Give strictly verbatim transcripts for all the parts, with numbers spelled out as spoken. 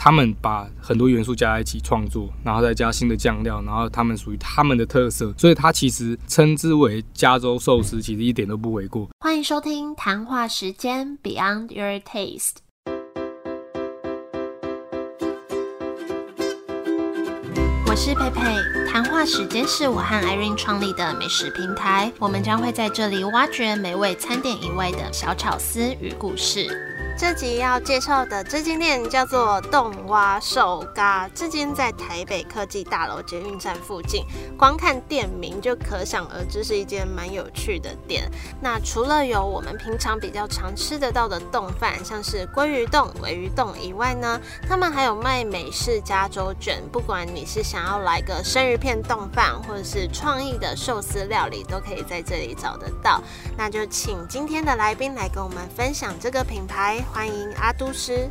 他们把很多元素加在一起创作，然后再加新的酱料，然后他们属于他们的特色，所以它其实称之为加州寿司，其实一点都不为过。 欢迎收听谈话时间 Beyond Your Taste。我是佩佩，谈话时间是我和 Irene 创立的美食平台，我们将会在这里挖掘美味餐点以外的小巧思与故事。这集要介绍的这间店叫做洞蛙寿咖，这间在台北科技大楼捷运站附近，光看店名就可想而知是一间蛮有趣的店。那除了有我们平常比较常吃得到的冻饭，像是鲑鱼冻、鲔鱼冻以外呢，他们还有卖美式加州卷，不管你是想要来个生鱼片冻饭，或者是创意的寿司料理，都可以在这里找得到。那就请今天的来宾来跟我们分享这个品牌。欢迎阿都师。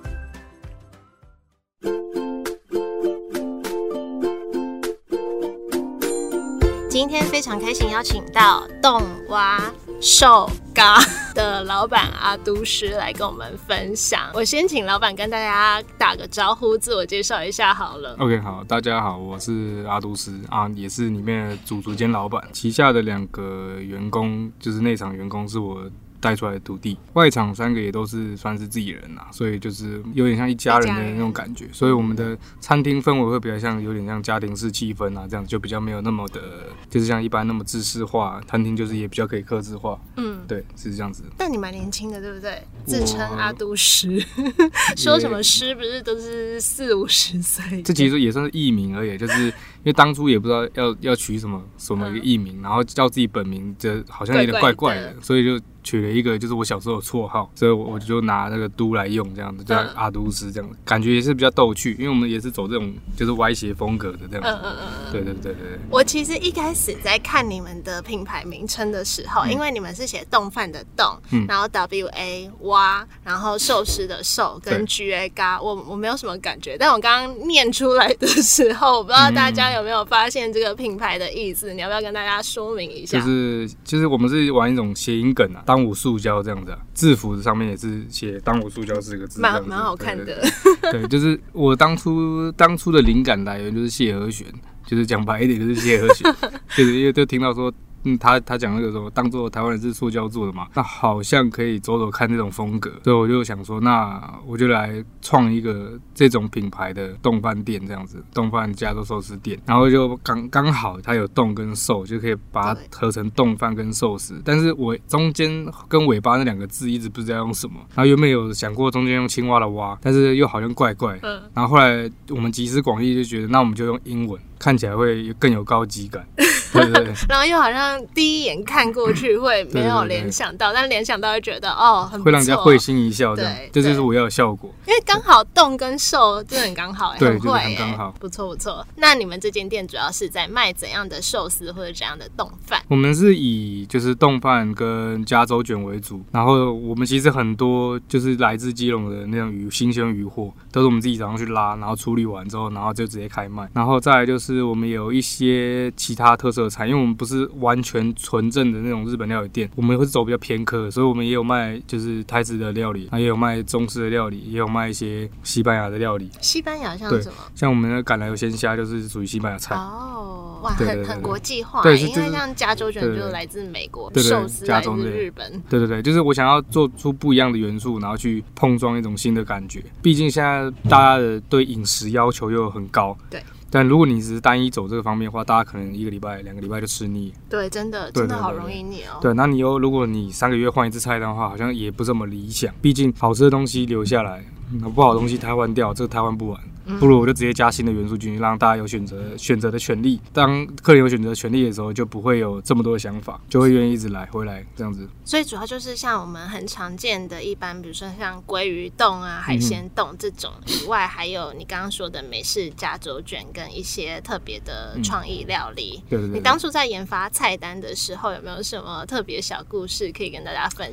今天非常开心邀请到洞蛙寿咖的老板阿都师来跟我们分享。我先请老板跟大家打个招呼，自我介绍一下好了。 OK， 好，大家好，我是阿都师啊，也是里面的主厨兼老板，旗下的两个员工就是内场员工是我带出来的徒弟，外场三个也都是算是自己人啦，所以就是有点像一家人的那种感觉，所以我们的餐厅氛围会比较像有点像家庭式气氛啊，这样就比较没有那么的，就是像一般那么制式化，餐厅就是也比较可以客制化，嗯，对，是这样子。 但你蛮年轻的，对不对？自称阿都师，说什么师不是都是四五十岁？ 这其实也算是艺名而已，就是因为当初也不知道要要取什么什么一个艺名，嗯、然后叫自己本名，这好像有点怪怪的，怪怪的所以就取了一个就是我小时候的绰号，所以我就拿那个都来用，这样子叫阿都师，这样子感觉也是比较逗趣，因为我们也是走这种就是歪斜风格的这样子。嗯嗯嗯，对对对对。 我其实一开始在看你们的品牌名称的时候，嗯、因为你们是写冻饭的冻，嗯、然后 W A 蛙，然后寿司的寿跟 G A 咖，我我没有什么感觉，但我刚刚念出来的时候，我不知道大家有没有发现这个品牌的意思，嗯、你要不要跟大家说明一下？ 就是其实我们是玩一种谐音梗啊。当午塑胶这样子、啊，制服上面也是写“当午塑胶”四个字，蛮蛮好看的。 对, 对, 对, 对，就是我当初当初的灵感来源就是谢和弦，就是讲白一点就是谢和弦，就是因为就听到说。嗯，他他讲那个什么，当做台湾人是塑胶做的嘛，那好像可以走走看这种风格，所以我就想说，那我就来创一个这种品牌的冻饭店这样子，冻饭加州寿司店，然后就刚刚好它有冻跟寿，就可以把它合成冻饭跟寿司。但是我中间跟尾巴那两个字一直不知道用什么，然后原本有想过中间用青蛙的蛙，但是又好像怪怪，嗯，然后后来我们集思广益就觉得，那我们就用英文，看起来会更有高级感。对对对， 然后又好像第一眼看过去会没有联想到，对对对对但联想到会觉得哦很不错， 会让人家会心一笑，这样，这就是我要的效果。 因为刚好冻跟寿真的很刚好、欸， 对， 很会、欸， 就是很刚好， 不错不错。那你们这间店主要是在卖怎样的寿司或者怎样的冻饭？ 我们是以就是冻饭跟加州卷为主，然后我们其实很多就是来自基隆的那种鱼新鲜鱼货，都是我们自己早上去拉，然后处理完之后，然后就直接开卖。然后再来就是我们有一些其他特色菜，因为我们不是完全纯正的那种日本料理店，我们会走比较偏科，所以我们也有卖就是台式的料理，也有卖中式的料理，也有卖一些西班牙的料理。 西班牙像什么？ 像我们的橄榄油鲜虾就是属于西班牙菜。 哦，哇，对对对对很很国际化， 对， 因为像加州卷就来自美国，寿司来自日本。 对对对，就是我想要做出不一样的元素，然后去碰撞一种新的感觉。毕竟现在大家的对饮食要求又很高。 对。 但如果你只是单一走这个方面的话，大家可能一个礼拜、两个礼拜就吃腻。 对，真的，真的好容易腻哦。 对，那你又如果你三个月换一次菜单的话，好像也不这么理想。毕竟好吃的东西留下来，不好的东西汰换掉，这个汰换不完。不如我就直接加新的元素进去，让大家有选择选择的权利。当客人有选择的权利的时候，就不会有这么多的想法，就会愿意一直来回来这样子。 所以主要就是像我们很常见的一般，比如说像鲑鱼冻啊、海鲜冻这种以外，还有你刚刚说的美式加州卷跟一些特别的创意料理。嗯、对, 对, 对, 对。你当初在研发菜单的时候，有没有什么特别小故事可以跟大家分享？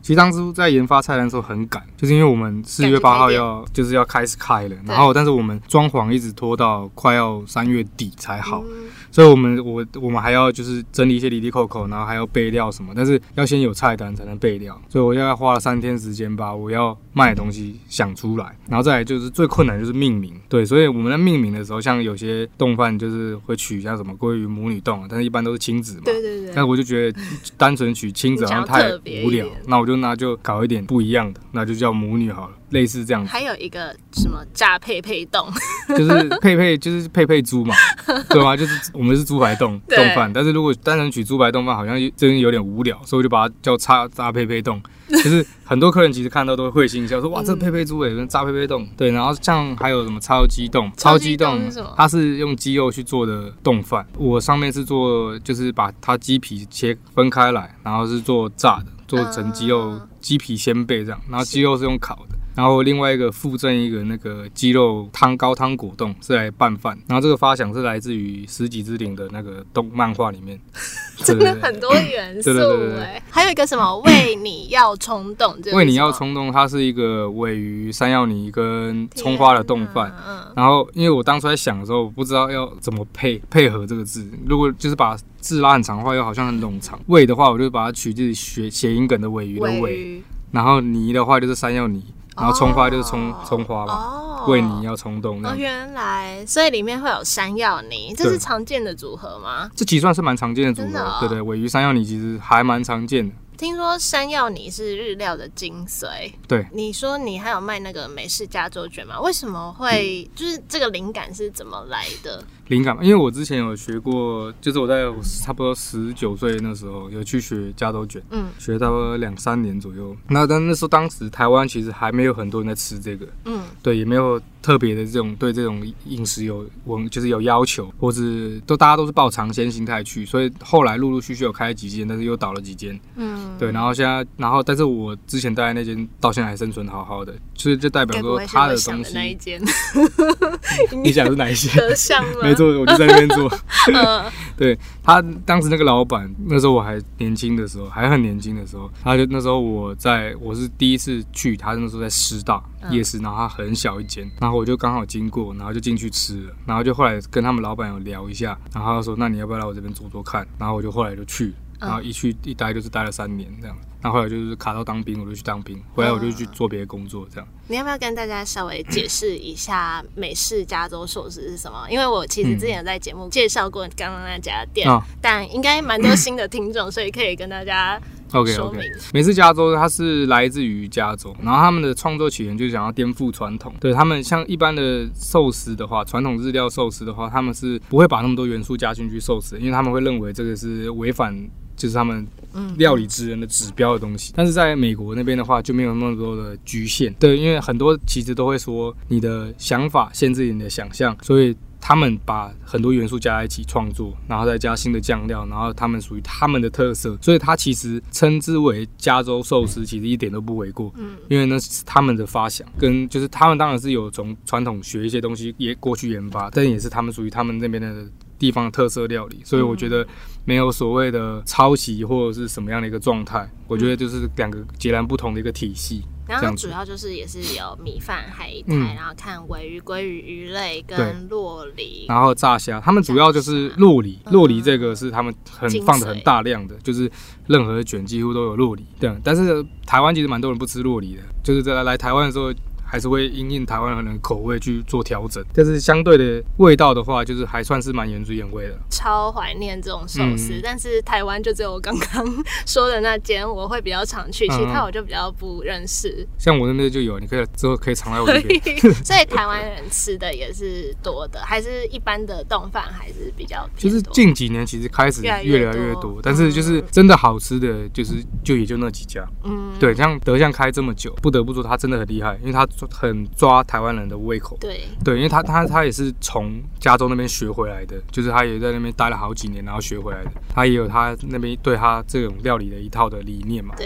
其实当初在研发菜单的时候很赶，就是因为我们四月八号要就是要开始开了，然后但是我们装潢一直拖到快要三月底才好，嗯、所以我们我我们还要就是整理一些里里扣扣，然后还要备料什么，但是要先有菜单才能备料，所以我大概花了三天时间把我要卖的东西想出来，然后再来就是最困难就是命名，对，所以我们在命名的时候，像有些冻饭就是会取像什么鲑鱼母女冻，但是一般都是亲子嘛， 对对对， 但我就觉得单纯取亲子好像太无聊，那我就那就搞一点不一样的，那就叫母女好了，类似这样子。 还有一个什么炸佩佩冻， 就是佩佩就是佩佩猪嘛，对吗？就是我们是猪排冻冻饭，但是如果单纯取猪排冻饭，好像真有点无聊，所以我就把它叫炸炸佩佩冻。就是很多客人其实看到都会会心一笑，说哇，这佩佩猪哎，跟炸佩佩冻。对，然后像还有什么超鸡冻，超鸡冻它是用鸡肉去做的冻饭，我上面是做就是把它鸡皮切分开来，然后是做炸的，做成鸡肉鸡皮鲜贝这样，然后鸡肉是用烤的。然后另外一个附赠一个那个鸡肉汤高汤果冻是来拌饭，然后这个发想是来自于十几之灵的那个动漫画里面， 真的很多元素哎。还有一个什么为你要冲动， 为你要冲动，它是一个鲔鱼、山药泥跟葱花的冻饭。然后因为我当初在想的时候，我不知道要怎么配配合这个字，如果就是把字拉很长的话，又好像很冗长。鲔的话，我就把它取自谐谐音梗的鲔鱼的鲔，然后泥的话就是山药泥。然后葱花就是葱葱、oh, 花嘛，为、oh, 你要冲动。 哦，原来，所以里面会有山药泥，这是常见的组合吗？ 这其实算是蛮常见的组合，哦、对对，鲔鱼山药泥其实还蛮常见的。 听说山药泥是日料的精髓， 对。 你说你还有卖那个美式加州卷吗？为什么会、嗯、就是这个灵感是怎么来的？ 灵感，因为我之前有学过，就是我在差不多十九岁那时候有去学加州卷，嗯，学差不多两三年左右。那但那时候当时台湾其实还没有很多人在吃这个，嗯，对，也没有特别的这种对这种饮食有文就是有要求，或是都大家都是抱尝鲜心态去，所以后来陆陆续续有开几间，但是又倒了几间，嗯，对，然后现在，然后但是我之前待在那间到现在还生存好好的，所以就代表说他的东西。 那一间你想是哪一间？ 德相吗？ 没错，我就在那边做。对，他当时那个老板，那时候我还年轻的时候，还很年轻的时候，他就那时候我在我是第一次去，他那时候在师大夜市，然后他很小一间，然后我就刚好经过，然后就进去吃了，然后就后来跟他们老板有聊一下，然后他说那你要不要来我这边做做看？然后我就后来就去，然后一去一待就是待了三年这样。那后来就是卡到当兵，我就去当兵，回来我就去做别的工作，这样。 你要不要跟大家稍微解释一下美式加州寿司是什么？因为我其实之前有在节目介绍过刚刚那家店，嗯、但应该蛮多新的听众，所以可以跟大家说明。 OK OK。美式加州它是来自于加州，然后他们的创作起源就是想要颠覆传统。对他们像一般的寿司的话，传统日料寿司的话，他们是不会把那么多元素加进去寿司，因为他们会认为这个是违反。就是他们料理职人的指标的东西，但是在美国那边的话就没有那么多的局限，对，因为很多其实都会说你的想法限制你的想象，所以他们把很多元素加在一起创作，然后再加新的酱料，然后他们属于他们的特色，所以它其实称之为加州寿司，其实一点都不为过，嗯，因为那是他们的发想，跟就是他们当然是有从传统学一些东西也过去研发，但也是他们属于他们那边的地方的特色料理，所以我觉得没有所谓的抄袭或者是什么样的一个状态，我觉得就是两个截然不同的一个体系。 然后它主要就是也是有米饭、海苔，嗯、然后看鲔鱼、鲑鱼、鱼类跟酪梨， 然后炸虾。他们主要就是酪梨，酪梨这个是他们很放的很大量的，就是任何的卷几乎都有酪梨。对，但是台湾其实蛮多人不吃酪梨的，就是在来台湾的时候。还是会因应台湾人的口味去做调整，但是相对的味道的话，就是还算是蛮原汁原味的。 超怀念这种寿司，嗯、但是台湾就只有我刚刚说的那间，我会比较常去，其他我就比较不认识。 像我那边就有，你可以之后可以常来我这边。 所以台湾人吃的也是多的，还是一般的冻饭还是比较偏多。 就是近几年其实开始越来越多，越多但是就是真的好吃的，就是就也就那几家。嗯，对，像德相开这么久，不得不说他真的很厉害，因为他。很抓台湾人的胃口， 对对，因为他他他也是从加州那边学回来的，就是他也在那边待了好几年，然后学回来的。他也有他那边对他这种料理的一套的理念嘛， 对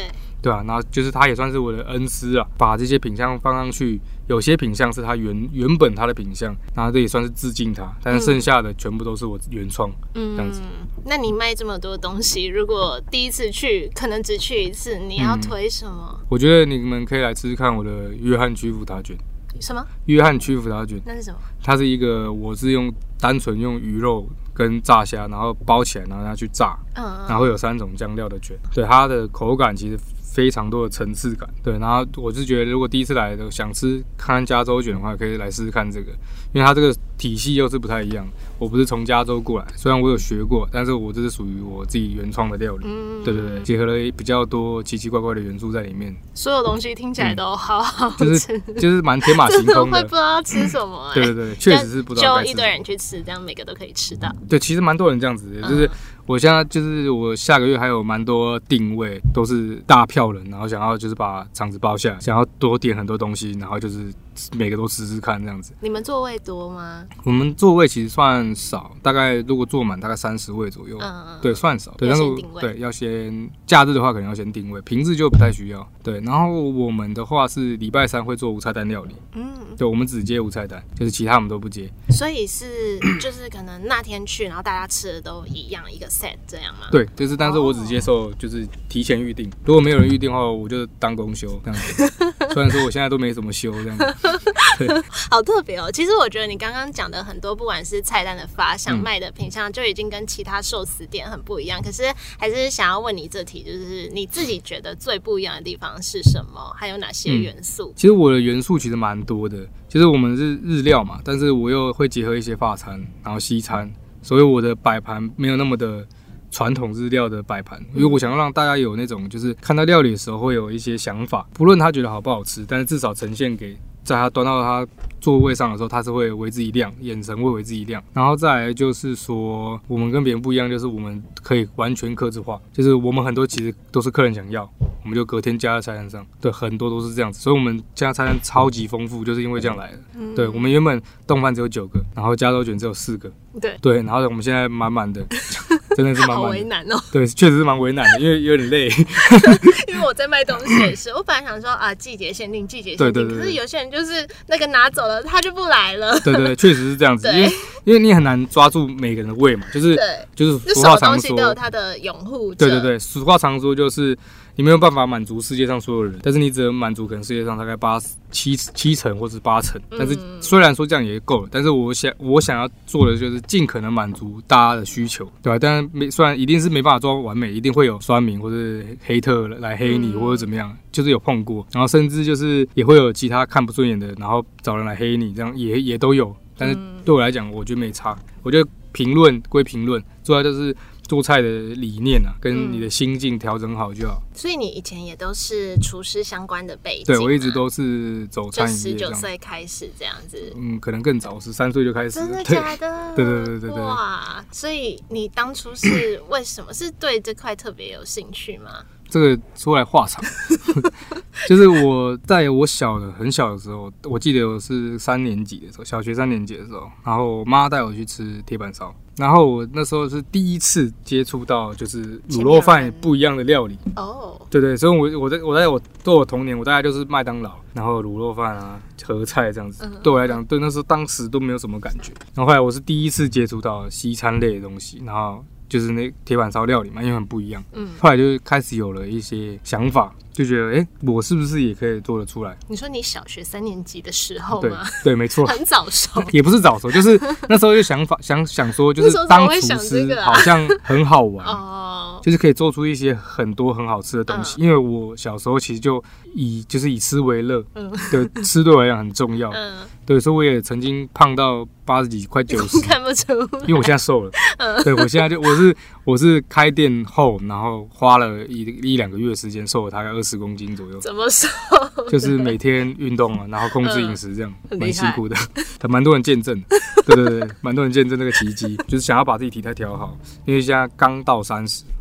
对啊，然后就是他也算是我的恩师啊，把这些品项放上去，有些品项是他原原本他的品项，然后这也算是致敬他，但是剩下的全部都是我原创，嗯，这样子。 那你卖这么多东西，如果第一次去，可能只去一次，你要推什么？ 嗯、我觉得你们可以来吃吃看我的约翰曲福塔卷。 什么？ 约翰曲福塔卷？ 那是什么？ 它是一个，我是用单纯用鱼肉跟炸虾，然后包起来，然后拿去炸，嗯，然后有三种酱料的卷。对，它的口感其实非常多的层次感。对，然后我是觉得，如果第一次来的想吃看加州卷的话，可以来试试看这个，因为它这个体系又是不太一样。我不是从加州过来，虽然我有学过，但是我这是属于我自己原创的料理。嗯，对对对，结合了比较多奇奇怪怪的元素在里面。 所有东西听起来都好好吃， 就是就是蛮天马行空的。 真的会不知道吃什么、欸。对对对，确实是不知道该吃什么。 就一堆人去吃，这样每个都可以吃到。 对，其实蛮多人这样子的，就是。我现在就是我下个月还有蛮多定位，都是大票人，然后想要就是把场子包下来，想要多点很多东西，然后就是每个都吃吃看这样子。 你们座位多吗？ 我们座位其实算少，大概如果坐满大概三十位左右，嗯，对，算少。对，但是对要先假日的话可能要先定位，平日就不太需要。对，然后我们的话是礼拜三会做无菜单料理，嗯，对，我们只接无菜单，就是其他我们都不接。 所以是就是可能那天去，然后大家吃的都一样一个。这样吗？ 对，就是，但是我只接受就是提前预定，如果没有人预定的话，我就当公休这样子。虽然说我现在都没怎么休这样子，对， 好特别哦。其实我觉得你刚刚讲的很多，不管是菜单的发想、嗯、卖的品项，就已经跟其他寿司店很不一样。可是还是想要问你这题，就是你自己觉得最不一样的地方是什么？还有哪些元素？ 嗯、其实我的元素其实蛮多的。其实我们是日料嘛，但是我又会结合一些法餐，然后西餐。所以我的摆盘没有那么的传统日料的摆盘，因为我想要让大家有那种就是看到料理的时候会有一些想法，不论他觉得好不好吃，但是至少呈现给在他端到他座位上的时候，他是会为之一亮，眼神会为之一亮。然后再来就是说，我们跟别人不一样，就是我们可以完全客制化，就是我们很多其实都是客人想要，我们就隔天加在菜单上。对，很多都是这样子，所以我们加菜单超级丰富，就是因为这样来的。嗯、对，我们原本冻饭只有九个，然后加州卷只有四个。 对对，然后我们现在满满的，真的是满满的。 好为难哦。 对，确实是蛮为难的，因为有点累。 因为我在卖东西也是，我本来想说啊，季节限定，季节限定，对对对对，可是有些人就是那个拿走了，他就不来了。对对对， 确实是这样子，因为因为你很难抓住每个人的胃嘛，就是就是俗话常说， 都有他的拥护者。 对对对，俗话常说就是你没有办法满足世界上所有人，但是你只能满足可能世界上大概八七七成或是八成。但是虽然说这样也够了，但是我想我想要做的就是尽可能满足大家的需求，对吧？但没虽然一定是没办法做到完美，一定会有酸民或者黑特来黑你或者怎么样，就是有碰过，然后甚至就是也会有其他看不顺眼的，然后找人来黑你，这样也也都有。但是对我来讲，我觉得没差。我觉得评论归评论，主要就是做菜的理念啊，跟你的心境调整好就好。 所以你以前也都是厨师相关的背景？ 对，我一直都是走餐饮业， 就十九岁开始这样子。 嗯，可能更早，十三岁就开始。 真的假的？ 对对对对对。 哇，所以你当初是为什么是对这块特别有兴趣吗？ 这个说来话长，就是我在我小的很小的时候，我记得我是三年级的时候，小学三年级的时候，然后我妈带我去吃铁板烧，然后我那时候是第一次接触到就是卤肉饭不一样的料理哦，对对，所以我我在我在我对我童年，我大概就是麦当劳，然后卤肉饭啊、合菜这样子，对我来讲，对那时候当时都没有什么感觉，然后后来我是第一次接触到西餐类的东西，然后。就是那铁板烧料理嘛，因为很不一样。嗯，后来就开始有了一些想法，就觉得，哎、欸，我是不是也可以做得出来？ 你说你小学三年级的时候吗？ 对，对，没错， 很早熟， 也不是早熟，就是那时候就想法想想说，就是当厨师好像很好玩哦，就是可以做出一些很多很好吃的东西。嗯、因为我小时候其实就以就是以吃为乐，嗯，对，吃对我来讲很重要。嗯，对，所以我也曾经胖到八十几，快九十， 看不出来， 因为我现在瘦了。嗯，对我现在就我是我是开店后，然后花了一一两个月的时间，瘦了大概二十公斤左右。 怎么瘦？ 就是每天运动啊，然后控制饮食，这样蛮、嗯、辛苦的，蛮多人见证。对对对，蛮多人见证这个奇迹，就是想要把自己体态调好，因为现在刚到三十，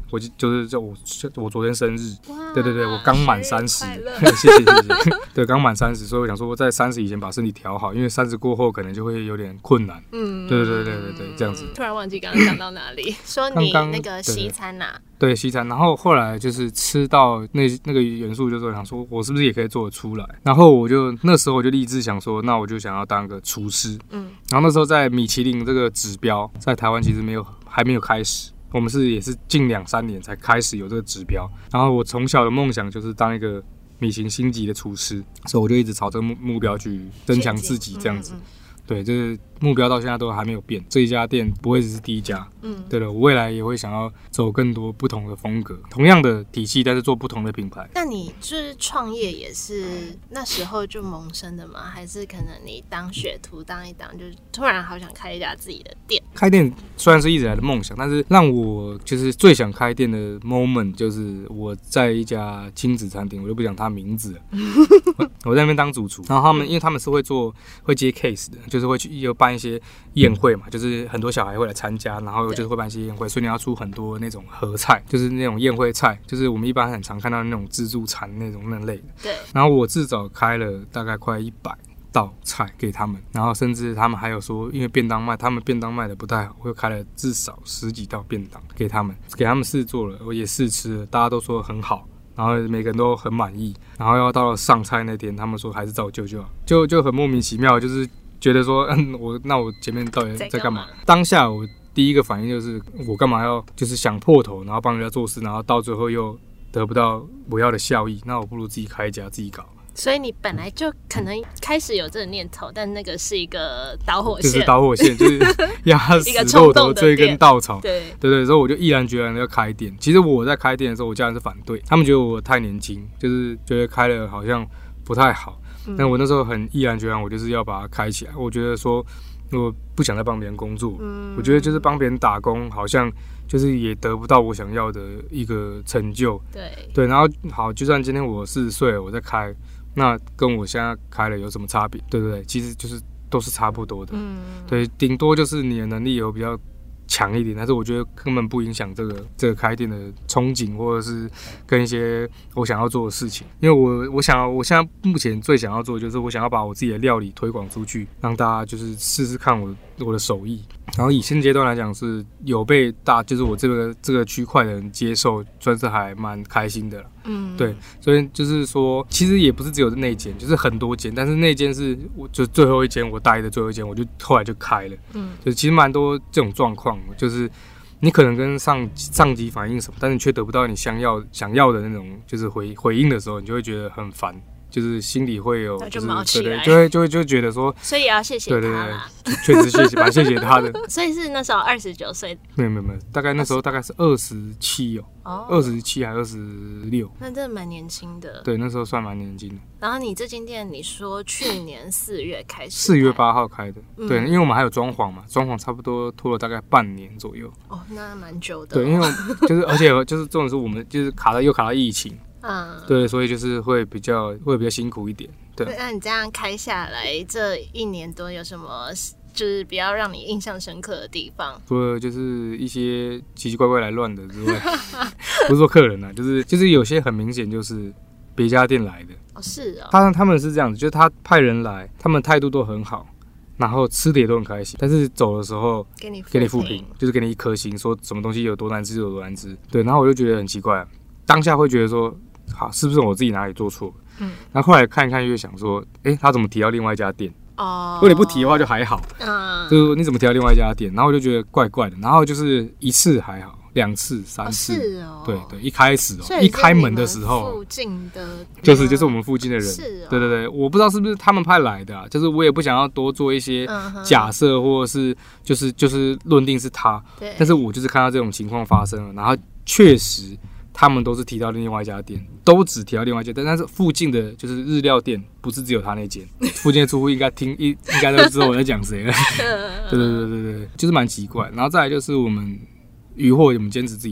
我就就是就我我昨天生日， 哇， 对对对，我刚满三十， 生日谢谢谢谢，对，刚满三十，所以我想说在三十以前把身体调好，因为三十过后可能就会有点困难。嗯，对对对对对对，这样子。 突然忘记刚刚讲到哪里，说你那个西餐呐、啊， 对西餐，然后后来就是吃到那那个元素，就是想说我是不是也可以做得出来，然后我就那时候我就立志想说，那我就想要当个厨师。嗯，然后那时候在米其林这个指标在台湾其实没有还没有开始。我们是也是近两三年才开始有这个指标，然后我从小的梦想就是当一个米其林星级的厨师，所以我就一直朝这个目目标去增强自己，这样子。嗯嗯对，就是目标到现在都还没有变，这一家店不会只是第一家。嗯，对了，我未来也会想要走更多不同的风格，同样的体系，但是做不同的品牌。 那你就是创业也是那时候就萌生的吗？还是可能你当学徒当一当，就是突然好想开一家自己的店？ 开店虽然是一直来的梦想，但是让我就是最想开店的 moment 就是我在一家亲子餐厅，我就不讲他名字了。我, 我在那边当主厨，然后他们因为他们是会做会接 case 的。就是会去有办一些宴会嘛，就是很多小孩会来参加，然后就是会办一些宴会，所以你要出很多那种合菜，就是那种宴会菜，就是我们一般很常看到那种自助餐那种那类的。 对。 然后我至少开了大概快一百道菜给他们，然后甚至他们还有说，因为便当卖，他们便当卖的不太好，会开了至少十几道便当给他们，给他们试做了，我也试吃了，大家都说很好。然后每个人都很满意，然后要到了上菜那天，他们说还是照旧就好，就就很莫名其妙，就是觉得说，嗯，我那我前面到底在干嘛？当下我第一个反应就是，我干嘛要就是想破头，然后帮人家做事，然后到最后又得不到我要的效益，那我不如自己开一家自己搞。 所以你本来就可能开始有这个念头，但那个是一个导火线， 就是导火线，就是压死骆驼追根稻草。对对对，所以我就毅然决然的要开店。其实我在开店的时候，我家人是反对，他们觉得我太年轻，就是觉得开了好像不太好。嗯、但我那时候很毅然决然，我就是要把它开起来。我觉得说，我不想再帮别人工作，嗯、我觉得就是帮别人打工，好像就是也得不到我想要的一个成就。 对对，然后好，就算今天我四十岁了，我在开。那跟我现在开了有什么差别？对不对？其实就是都是差不多的。嗯，对，顶多就是你的能力有比较强一点，但是我觉得根本不影响这个这个开店的憧憬，或者是跟一些我想要做的事情。因为我我想要，我现在目前最想要做的就是我想要把我自己的料理推广出去，让大家就是试试看我我的手艺。然后以现阶段来讲是有被大，就是我这个这个区块的人接受，算是还蛮开心的了。嗯，对，所以就是说，其实也不是只有那间，就是很多间，但是那间是我就最后一间我待的最后一间，我就后来就开了。嗯，就其实蛮多这种状况，就是你可能跟上上级反映什么，但是你却得不到你想要想要的那种就是回回应的时候，你就会觉得很烦。就是心里会有， 就毛起来， 对对，就会就会就觉得说， 所以也要谢谢他啦， 确实谢谢，蛮谢谢他的。 所以是那时候二十九岁， 没有没有没有，大概那时候大概是二十七哦，二十七还二十六， 那真的蛮年轻的。 对，那时候算蛮年轻的。 然后你这间店，你说去年四月开始， 四月八号开的，嗯、对，因为我们还有装潢嘛，装潢差不多拖了大概半年左右。 哦，那蛮久的、哦。 对，因为就是而且就是重点是我们就是卡到又卡到疫情。嗯，对，所以就是会比较会比较辛苦一点。对， 那你这样开下来这一年多，有什么就是比较让你印象深刻的地方？ 除了就是一些奇奇怪怪来乱的之外，不是说客人啊，就是就是有些很明显就是别家店来的。 哦，是哦。 他他们是这样子，就是他派人来，他们态度都很好，然后吃的也都很开心，但是走的时候给你给你负评，就是给你一颗星，说什么东西有多难吃有多难吃。对，然后我就觉得很奇怪，当下会觉得说。好，是不是我自己哪里做错了？嗯，然后后来看一看，又想说，哎、欸，他怎么提到另外一家店？哦，如果你不提的话就还好，嗯，就是你怎么提到另外一家店？然后我就觉得怪怪的。然后就是一次还好，两次、三次，哦是哦，对对，一开始哦，一开门的时候， 附近的， 就是就是我们附近的人， 是哦， 对对对，我不知道是不是他们派来的、啊，就是我也不想要多做一些假设，或者是就是就是论定是他，对，但是我就是看到这种情况发生了，然后确实。他们都是提到另外一家店，都只提到另外一家店，但是附近的就是日料店，不是只有他那间。附近的住户应该听应应该都知道我在讲谁了。对对对对对，就是蛮奇怪。然后再来就是我们鱼货，我们坚持自己拉，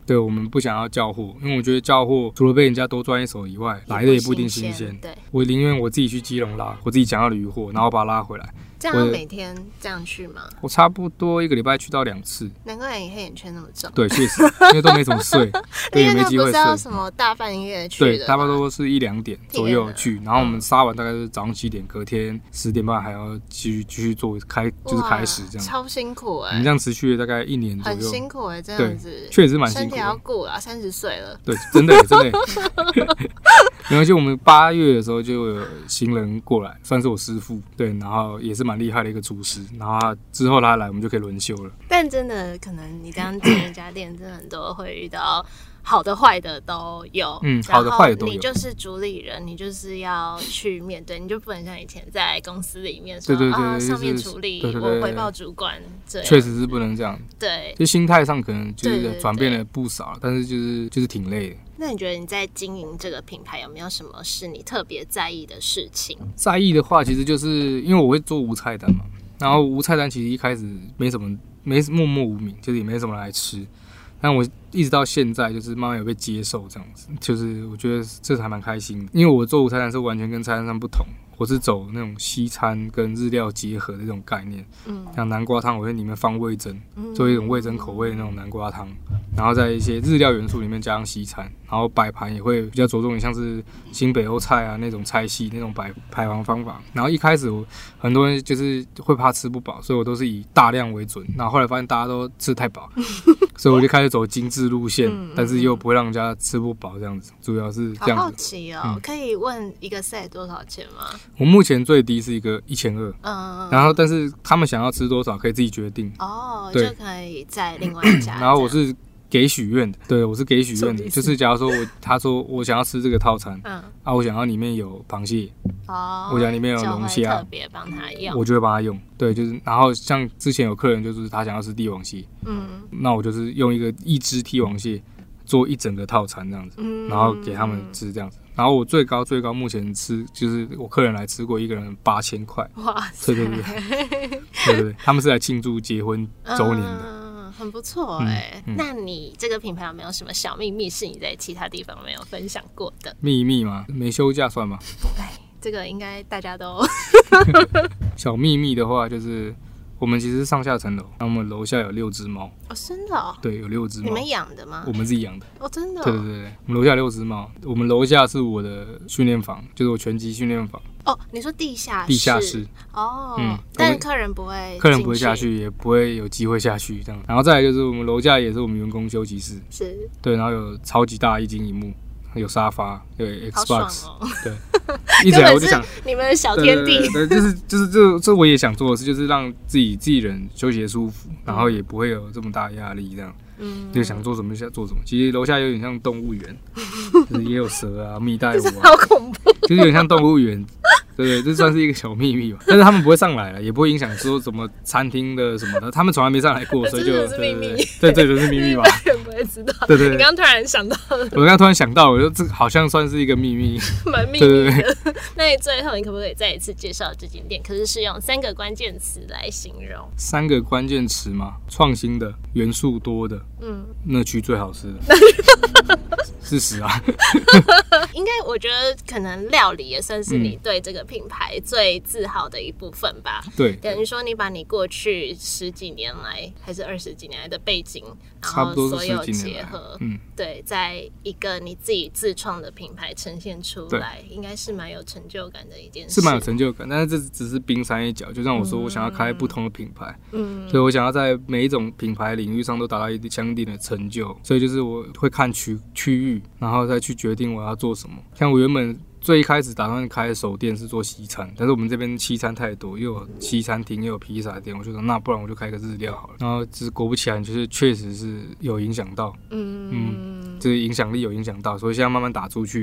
对，我们不想要叫货，因为我觉得叫货除了被人家多赚一手以外，来的也不一定新鲜。 对， 我宁愿我自己去基隆拉，我自己想要的鱼货，然后把它拉回来。 这样每天这样去吗？ 我差不多一个礼拜去到两次。 难怪你黑眼圈那么重。 对，确实，因为都没怎么睡，对，也没机会睡。 因为那不是要什么大半夜去的， 对，差不多是一两点左右去，然后我们杀完大概是早上七点，隔天十点半还要继续继续做开，就是开始这样。 超辛苦哎、欸！ 我们这样持续了大概一年左右， 很辛苦哎、欸，这样子， 确实蛮辛苦的。 身体要顾啊，三十岁了。 对，真的真的。没关系，我们八月的时候就有新人过来，算是我师傅，对，然后也是蛮厉害的一个厨师，然后他之后他来，我们就可以轮休了。 但真的可能你刚进一家店，真的很多会遇到好的坏的都有， 嗯，好的坏的都有。 你就是主理人，你就是要去面对，你就不能像以前在公司里面说，对对对，啊，上面处理，对对对，我回报主管，这样确实是不能这样。 对， 就心态上可能就是转变了不少，但是就是就是挺累的。 那你觉得你在经营这个品牌有没有什么是你特别在意的事情？ 在意的话，其实就是因为我会做无菜单嘛，然后无菜单其实一开始没什么，没默默无名，就是也没什么人来吃。但我一直到现在，就是慢慢有被接受这样子，就是我觉得这还蛮开心的，因为我做无菜单是完全跟菜单上不同，我是走那种西餐跟日料结合的这种概念。嗯，像南瓜汤，我在里面放味噌，做一种味噌口味的那种南瓜汤，然后在一些日料元素里面加上西餐，然后摆盘也会比较着重于像是新北欧菜啊那种菜系那种摆排盘方法。然后一开始我很多人就是会怕吃不饱，所以我都是以大量为准，然后后来发现大家都吃太饱，所以我就开始走精致路线，嗯、但是又不会让人家吃不饱这样子，主要是这样子。 好好奇哦，嗯、可以问一个 set 多少钱吗？ 我目前最低是一个一千二，嗯，然后但是他们想要吃多少可以自己决定哦，就可以再另外加。 然后我是给许愿的，对，我是给许愿的，就是假如说我他说我想要吃这个套餐，嗯，啊，我想要里面有螃蟹，哦，我想里面有龙虾， 特别帮他用， 我就会帮他用，对，就是然后像之前有客人就是他想要吃帝王蟹，嗯，那我就是用一个一只帝王蟹做一整个套餐这样子，嗯，然后给他们吃这样子。然后我最高最高目前吃就是我客人来吃过一个人八千块，哇，对对对，对对对，他们是来庆祝结婚周年的。 嗯，很不错哎、欸嗯嗯。那你这个品牌有没有什么小秘密是你在其他地方没有分享过的？ 秘密吗？没休假算吗？ 哎，这个应该大家都。 小秘密的话就是我们其实是上下层楼，那我们楼下有六只猫。 哦，真的哦？ 对，有六只猫。 你们养的吗？ 我们自己养的。 哦，真的、哦？ 对对对，我们楼下六只猫。我们楼下是我的训练房，就是我拳击训练房。 哦，你说地下室？ 地下室。 哦，嗯，但是客人不会， 客人不会下去，也不会有机会下去这样。然后再来就是我们楼下也是我们员工休息室， 是。 对，然后有超级大一晶萤幕，有沙发，有 Xbox，、 哦、 对。一直来我就想， 你们的小天地， 对, 对, 对，就是就是这这我也想做的事，就是让自己自己人休息的舒服，然后也不会有这么大的压力，这样，嗯，就想做什么就想做什么。其实楼下有点像动物园，就是也有蛇啊、蜜袋鼯啊， 好恐怖， 就是有点像动物园。对对，这算是一个小秘密吧，但是他们不会上来了，也不会影响说什么餐厅的什么的，他们从来没上来过，所以就这是秘密， 对对对，是秘密吧？ 人不会知道。 对对， 你刚刚突然想到了， 我刚刚突然想到，我说这好像算是一个秘密， 蛮秘密的。对对对，那你最后你可不可以再一次介绍这间店？可是是用三个关键词来形容。三个关键词吗？创新的，元素多的，嗯，那区最好吃的。事实啊， 应该我觉得可能料理也算是你对这个品牌最自豪的一部分吧。 对， 等于说你把你过去十几年来还是二十几年来的背景，然后所有结合，嗯，对，在一个你自己自创的品牌呈现出来，应该是蛮有成就感的一件事。 是蛮有成就感，但是这只是冰山一角。就像我说，我想要开不同的品牌，嗯，所以我想要在每一种品牌领域上都达到一定相应的成就。所以就是我会看区区域。然后再去决定我要做什么。像我原本最一开始打算开手店是做西餐，但是我们这边西餐太多，又有西餐厅又有披萨店，我就说那不然我就开个日料好了。然后就是果不其然，就是确实是有影响到，嗯嗯，就是影响力有影响到，所以现在慢慢打出去，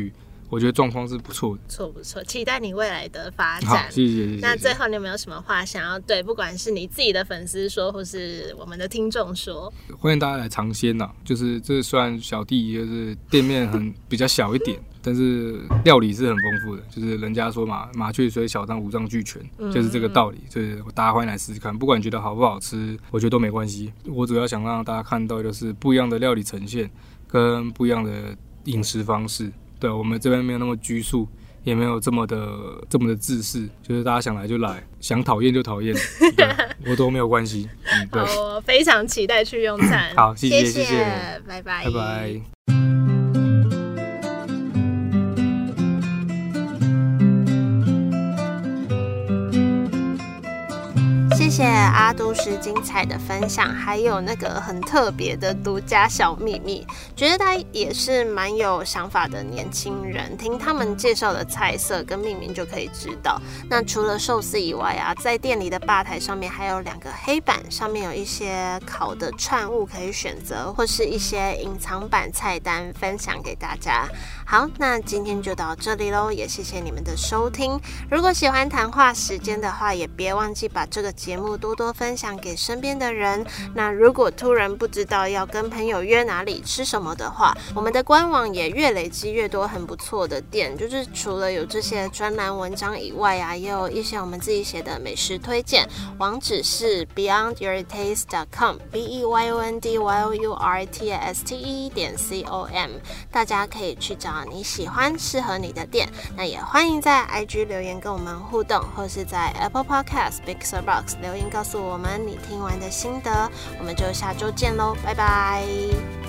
我觉得状况是不错的。 不错不错，期待你未来的发展。 好，谢谢谢谢。 那最后你有没有什么话想要对不管是你自己的粉丝说，或是我们的听众说？ 欢迎大家来尝鲜呐！就是这虽然小弟就是店面很比较小一点，但是料理是很丰富的。就是人家说嘛，麻雀虽小，但五脏俱全，嗯、就是这个道理。就是大家欢迎来试试看，不管你觉得好不好吃，我觉得都没关系。我主要想让大家看到就是不一样的料理呈现，跟不一样的饮食方式。对，我们这边没有那么拘束。也没有这么的这么的自私，就是大家想来就来，想讨厌就讨厌，我都没有关系。嗯，对。 好，我非常期待去用餐。 好，谢谢谢谢， 拜拜， 拜拜。 谢谢阿都师精彩的分享，还有那个很特别的独家小秘密，觉得他也是蛮有想法的年轻人。听他们介绍的菜色跟命名就可以知道。那除了寿司以外啊，在店里的吧台上面还有两个黑板，上面有一些烤的串物可以选择，或是一些隐藏版菜单分享给大家。好，那今天就到这里咯，也谢谢你们的收听。如果喜欢谈话时间的话，也别忘记把这个节目多多分享给身边的人。那如果突然不知道要跟朋友约哪里吃什么的话，我们的官网也越累积越多很不错的店，就是除了有这些专栏文章以外啊，也有一些我们自己写的美食推荐，网址是 beyond your taste dot com b e y o n d y o u r t s t e 点 c o m， 大家可以去找你喜欢适合你的店。那也欢迎在 I G 留言跟我们互动，或是在 Apple Podcast、Mixerbox 留言告诉我们你听完的心得。我们就下周见咯，拜拜。